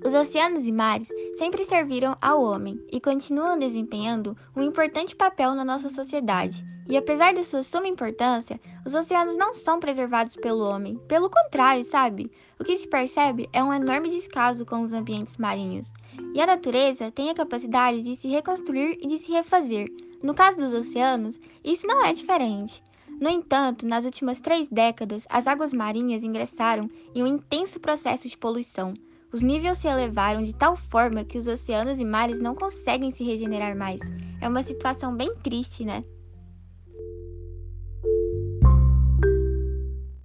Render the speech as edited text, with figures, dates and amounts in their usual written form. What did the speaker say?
Os oceanos e mares sempre serviram ao homem e continuam desempenhando um importante papel na nossa sociedade. E apesar de sua suma importância, os oceanos não são preservados pelo homem. Pelo contrário, sabe? O que se percebe é um enorme descaso com os ambientes marinhos. E a natureza tem a capacidade de se reconstruir e de se refazer. No caso dos oceanos, isso não é diferente. No entanto, nas últimas 3 décadas, as águas marinhas ingressaram em um intenso processo de poluição. Os níveis se elevaram de tal forma que os oceanos e mares não conseguem se regenerar mais. É uma situação bem triste, né?